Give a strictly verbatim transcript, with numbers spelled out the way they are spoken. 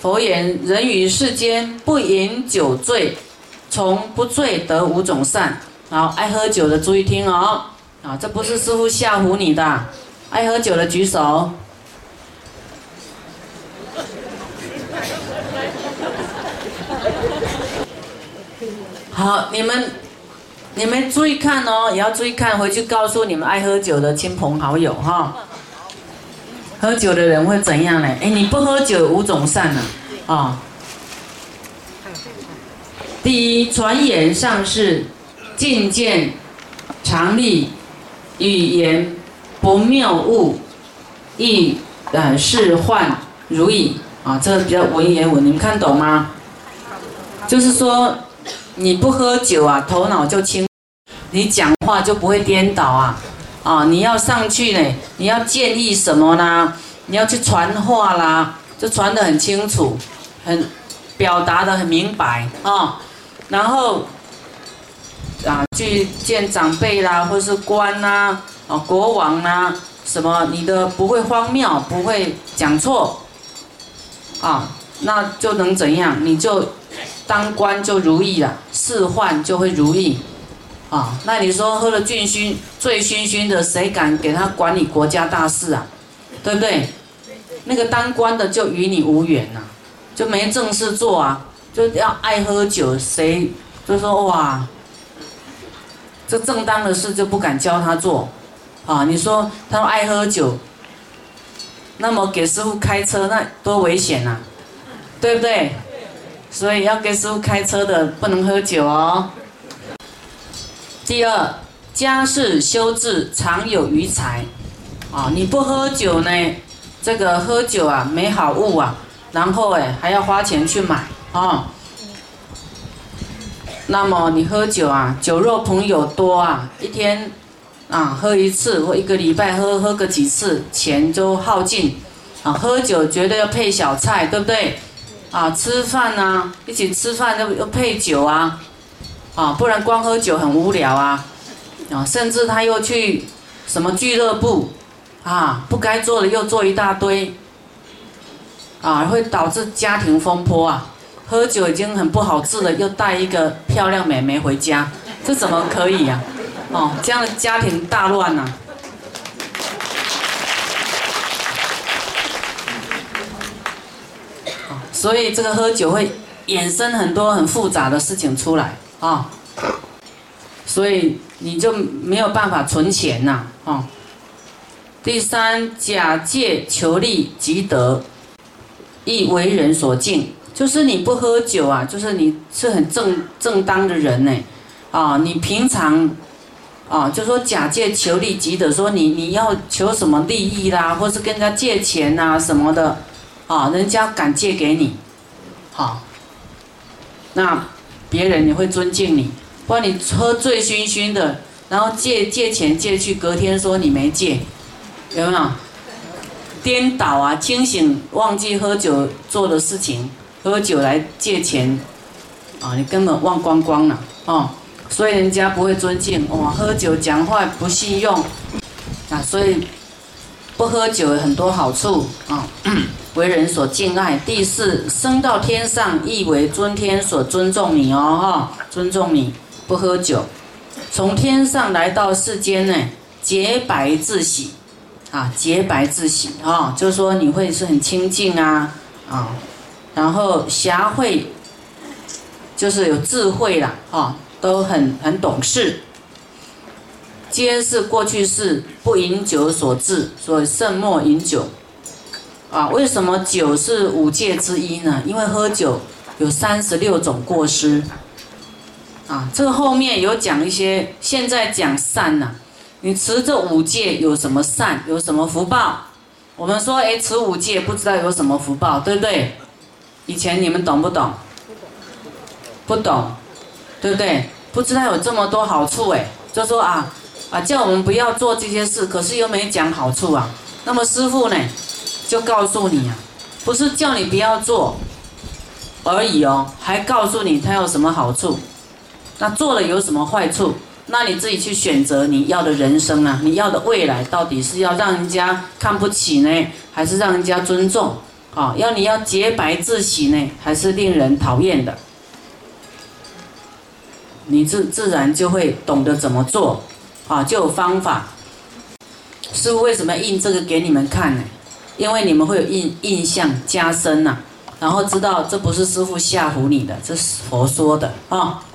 佛言：人于世间不饮酒醉，从不醉得五种善。好，爱喝酒的注意听哦。啊，这不是师父吓唬你的。爱喝酒的举手。好，你们你们注意看哦，也要注意看，回去告诉你们爱喝酒的亲朋好友哈。喝酒的人会怎样呢？哎，你不喝酒五种善啊，啊、哦。第一，传言上士，进见常例，语言不谬误，亦呃是患如意啊，这个比较文言文，你们看懂吗？就是说。你不喝酒啊，头脑就清，你讲话就不会颠倒啊！啊，你要上去呢，你要建议什么啦？你要去传话啦，就传得很清楚，很表达得很明白啊。然后啊，去见长辈啦，或是官啦，啊，国王啦，什么你的不会荒谬，不会讲错，啊，那就能怎样？你就。当官就如意了，仕宦就会如意，啊，那你说喝了醉醺、醉醺醺的，谁敢给他管理国家大事啊？对不对？那个当官的就与你无缘呐、啊，就没正事做啊，就要爱喝酒，谁就说哇，这正当的事就不敢教他做，啊，你说他们爱喝酒，那么给师父开车那多危险呐、啊，对不对？所以要给师父开车的不能喝酒哦。第二，家事修治常有余财，啊，你不喝酒呢，这个喝酒啊没好物啊，然后哎还要花钱去买啊。那么你喝酒啊，酒肉朋友多啊，一天啊喝一次或一个礼拜喝喝个几次，钱就耗尽啊。喝酒绝对要配小菜，对不对？啊，吃饭啊，一起吃饭要要配酒啊，啊，不然光喝酒很无聊啊，啊，甚至他又去什么俱乐部，啊，不该做的又做一大堆，啊，会导致家庭风波啊。喝酒已经很不好治了，又带一个漂亮美眉回家，这怎么可以呀、啊？哦，这样的家庭大乱呐、啊。所以这个喝酒会衍生很多很复杂的事情出来啊、哦，所以你就没有办法存钱呐、啊，哦。第三，假借求利积德，亦为人所敬。就是你不喝酒啊，就是你是很正正当的人呢，啊，你平常啊，就说假借求利积德，说你你要求什么利益啦，或是跟人家借钱啊什么的。啊，人家敢借给你，好，那别人也会尊敬你。不然你喝醉醺醺的，然后借借钱借去，隔天说你没借，有没有？颠倒啊！清醒忘记喝酒做的事情，喝酒来借钱，啊，你根本忘光光了哦。所以人家不会尊敬哇，喝酒讲话不信用啊，所以不喝酒有很多好处啊。为人所敬爱。第四，升到天上，亦为尊天所尊重你哦，哈，尊重你，不喝酒。从天上来到世间呢，洁白自喜，啊，洁白自喜啊，就是说你会是很清净啊，啊，然后侠慧，就是有智慧啦，啊，都很很懂事。皆是过去世不饮酒所致，所以慎莫饮酒。啊，为什么酒是五戒之一呢？因为喝酒有三十六种过失。啊，这个后面有讲一些，现在讲善呐、啊。你持这五戒有什么善，有什么福报？我们说，哎，持五戒不知道有什么福报，对不对？以前你们懂不懂？不懂，对不对？不知道有这么多好处，哎，就说啊啊，叫我们不要做这些事，可是又没讲好处啊。那么师父呢？就告诉你啊，不是叫你不要做而已哦，还告诉你它有什么好处，那做了有什么坏处，那你自己去选择你要的人生啊，你要的未来到底是要让人家看不起呢，还是让人家尊重啊，要你要洁白自喜呢，还是令人讨厌的，你自自然就会懂得怎么做，啊，就有方法。师父为什么要印这个给你们看呢？因为你们会有印印象加深呐、啊，然后知道这不是师父吓唬你的，这是佛说的啊。